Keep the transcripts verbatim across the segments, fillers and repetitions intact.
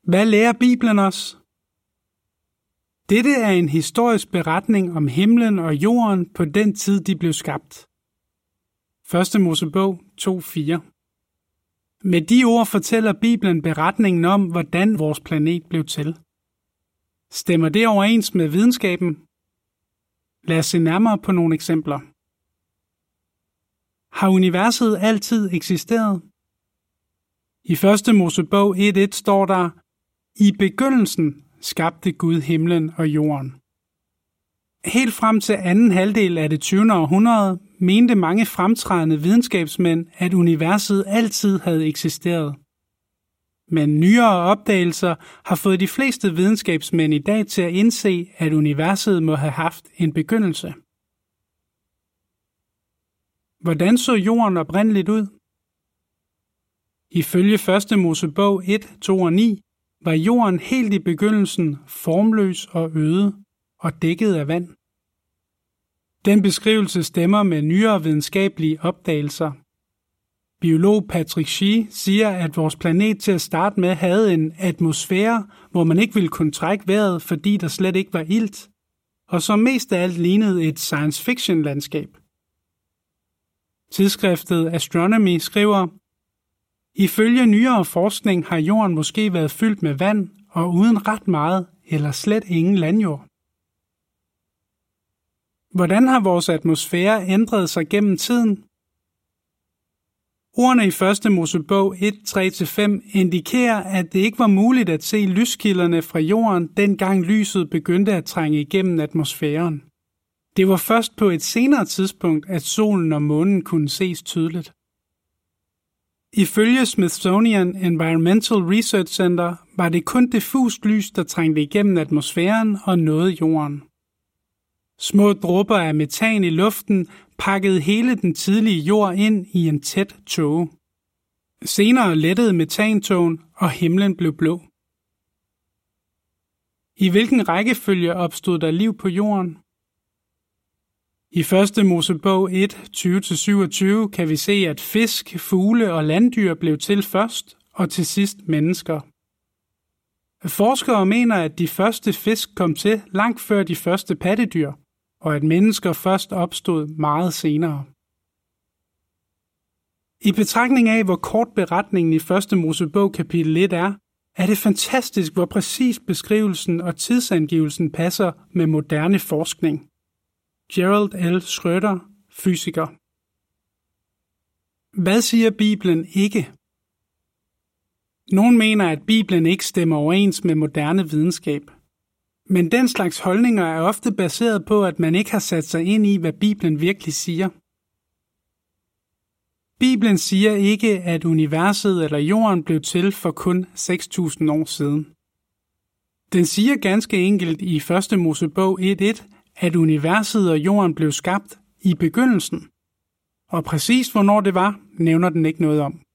Hvad lærer Bibelen os? Dette er en historisk beretning om himlen og jorden på den tid, de blev skabt. første Mosebog to fire. Med de ord fortæller Bibelen beretningen om, hvordan vores planet blev til. Stemmer det overens med videnskaben? Lad os se nærmere på nogle eksempler. Har universet altid eksisteret? I første Mosebog et et står der, i begyndelsen skabte Gud himlen og jorden. Helt frem til anden halvdel af det tyvende århundrede mente mange fremtrædende videnskabsmænd, at universet altid havde eksisteret. Men nyere opdagelser har fået de fleste videnskabsmænd i dag til at indse, at universet må have haft en begyndelse. Hvordan så jorden oprindeligt ud? Ifølge første Mosebog et, to og ni var jorden helt i begyndelsen formløs og øde og dækket af vand. Den beskrivelse stemmer med nyere videnskabelige opdagelser. Biolog Patrick Shea siger, at vores planet til at starte med havde en atmosfære, hvor man ikke ville kunne trække vejret, fordi der slet ikke var ilt, og som mest af alt lignede et science fiction landskab. Tidsskriftet Astronomy skriver, ifølge nyere forskning har jorden måske været fyldt med vand og uden ret meget eller slet ingen landjord. Hvordan har vores atmosfære ændret sig gennem tiden? Ordene i første Mosebog et, tre til fem indikerer, at det ikke var muligt at se lyskilderne fra jorden, dengang lyset begyndte at trænge igennem atmosfæren. Det var først på et senere tidspunkt, at solen og månen kunne ses tydeligt. Ifølge Smithsonian Environmental Research Center var det kun diffust lys, der trængte igennem atmosfæren og nåede jorden. Små dråber af metan i luften pakkede hele den tidlige jord ind i en tæt tåge. Senere lettede metantågen, og himlen blev blå. I hvilken rækkefølge opstod der liv på jorden? I første Mosebog et, tyve til syvogtyve kan vi se, at fisk, fugle og landdyr blev til først, og til sidst mennesker. Forskere mener, at de første fisk kom til langt før de første pattedyr, og at mennesker først opstod meget senere. I betragtning af, hvor kort beretningen i første Mosebog kapitel et er, er det fantastisk, hvor præcis beskrivelsen og tidsangivelsen passer med moderne forskning. Gerald L. Schroeder, fysiker. Hvad siger Bibelen ikke? Nogle mener, at Bibelen ikke stemmer overens med moderne videnskab. Men den slags holdninger er ofte baseret på, at man ikke har sat sig ind i, hvad Bibelen virkelig siger. Bibelen siger ikke, at universet eller jorden blev til for kun seks tusind år siden. Den siger ganske enkelt i første Mosebog et et, at universet og jorden blev skabt i begyndelsen. Og præcis hvornår det var, nævner den ikke noget om.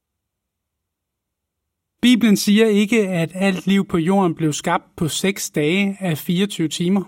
Bibelen siger ikke, at alt liv på jorden blev skabt på seks dage af fireogtyve timer.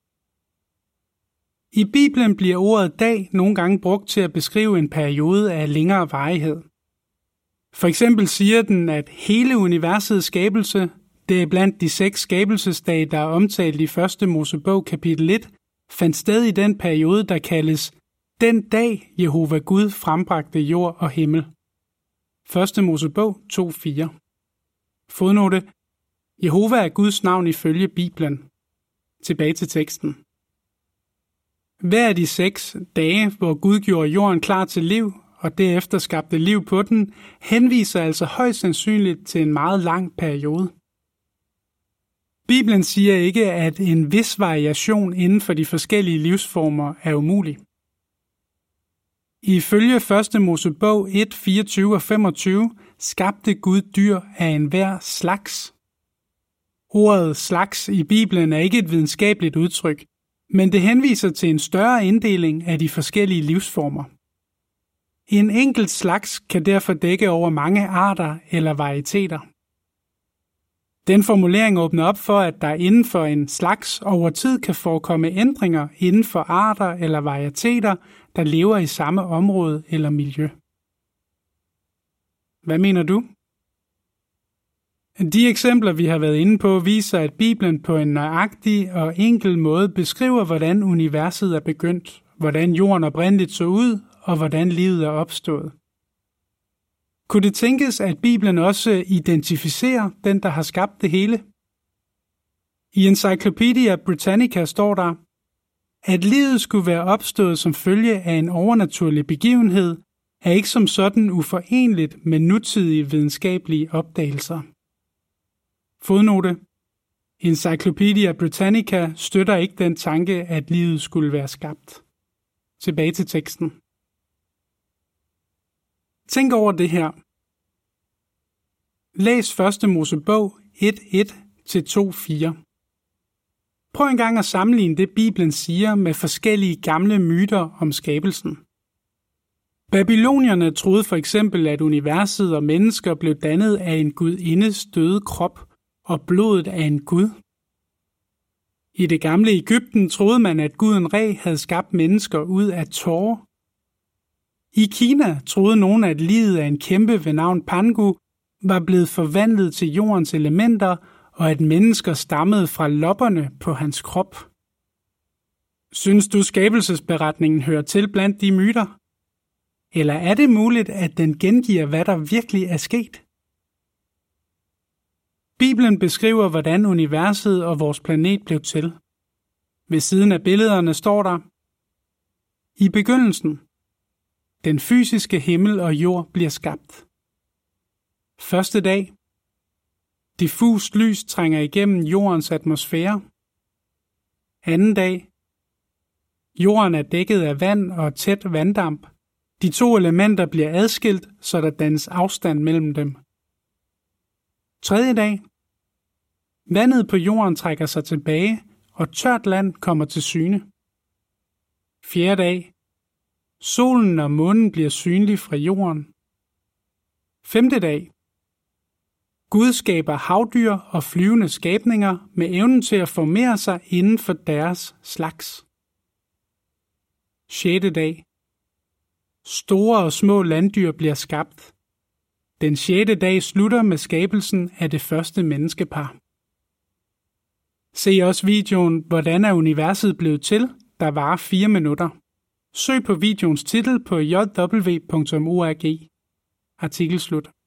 I Bibelen bliver ordet dag nogle gange brugt til at beskrive en periode af længere varighed. For eksempel siger den, at hele universets skabelse, det er blandt de seks skabelsesdage, der er omtalt i første Mosebog kapitel et, fandt sted i den periode, der kaldes den dag, Jehova Gud frembragte jord og himmel. første Mosebog to fire. Fodnote. Jehova er Guds navn ifølge Bibelen. Tilbage til teksten. Hver af de seks dage, hvor Gud gjorde jorden klar til liv, og derefter skabte liv på den, henviser altså højst sandsynligt til en meget lang periode. Bibelen siger ikke, at en vis variation inden for de forskellige livsformer er umulig. Ifølge første Mosebog et, fireogtyve og femogtyve skabte Gud dyr af enhver slags. Ordet slags i Bibelen er ikke et videnskabeligt udtryk, men det henviser til en større inddeling af de forskellige livsformer. En enkelt slags kan derfor dække over mange arter eller varieteter. Den formulering åbner op for, at der inden for en slags over tid kan forekomme ændringer inden for arter eller varieteter, der lever i samme område eller miljø. Hvad mener du? De eksempler, vi har været inde på, viser, at Bibelen på en nøjagtig og enkel måde beskriver, hvordan universet er begyndt, hvordan jorden oprindeligt så ud, og hvordan livet er opstået. Kunne det tænkes, at Bibelen også identificerer den, der har skabt det hele? I Encyclopedia Britannica står der, at livet skulle være opstået som følge af en overnaturlig begivenhed, er ikke som sådan uforenligt med nutidige videnskabelige opdagelser. Fodnote. Encyclopedia Britannica støtter ikke den tanke, at livet skulle være skabt. Tilbage til teksten. Tænk over det her. Læs første Mosebog et et til to fire. Prøv engang at sammenligne det, Bibelen siger med forskellige gamle myter om skabelsen. Babylonierne troede for eksempel, at universet og mennesker blev dannet af en gudindes døde krop og blodet af en gud. I det gamle Egypten troede man, at guden Re havde skabt mennesker ud af tårer. I Kina troede nogen, at liget af en kæmpe ved navn Pangu var blevet forvandlet til jordens elementer, og at mennesker stammede fra lopperne på hans krop. Synes du, skabelsesberetningen hører til blandt de myter? Eller er det muligt, at den gengiver, hvad der virkelig er sket? Bibelen beskriver, hvordan universet og vores planet blev til. Ved siden af billederne står der: I begyndelsen. Den fysiske himmel og jord bliver skabt. Første dag. Diffust lys trænger igennem jordens atmosfære. Anden dag. Jorden er dækket af vand og tæt vanddamp. De to elementer bliver adskilt, så der dannes afstand mellem dem. Tredje dag. Vandet på jorden trækker sig tilbage, og tørt land kommer til syne. Fjerde dag. Solen og månen bliver synlige fra jorden. Femte dag. Gud skaber havdyr og flyvende skabninger med evnen til at formere sig inden for deres slags. Sjette dag. Store og små landdyr bliver skabt. Den sjette dag slutter med skabelsen af det første menneskepar. Se også videoen Hvordan er universet blevet til, der varer fire minutter. Søg på videoens titel på j w punktum org. Artikel slut.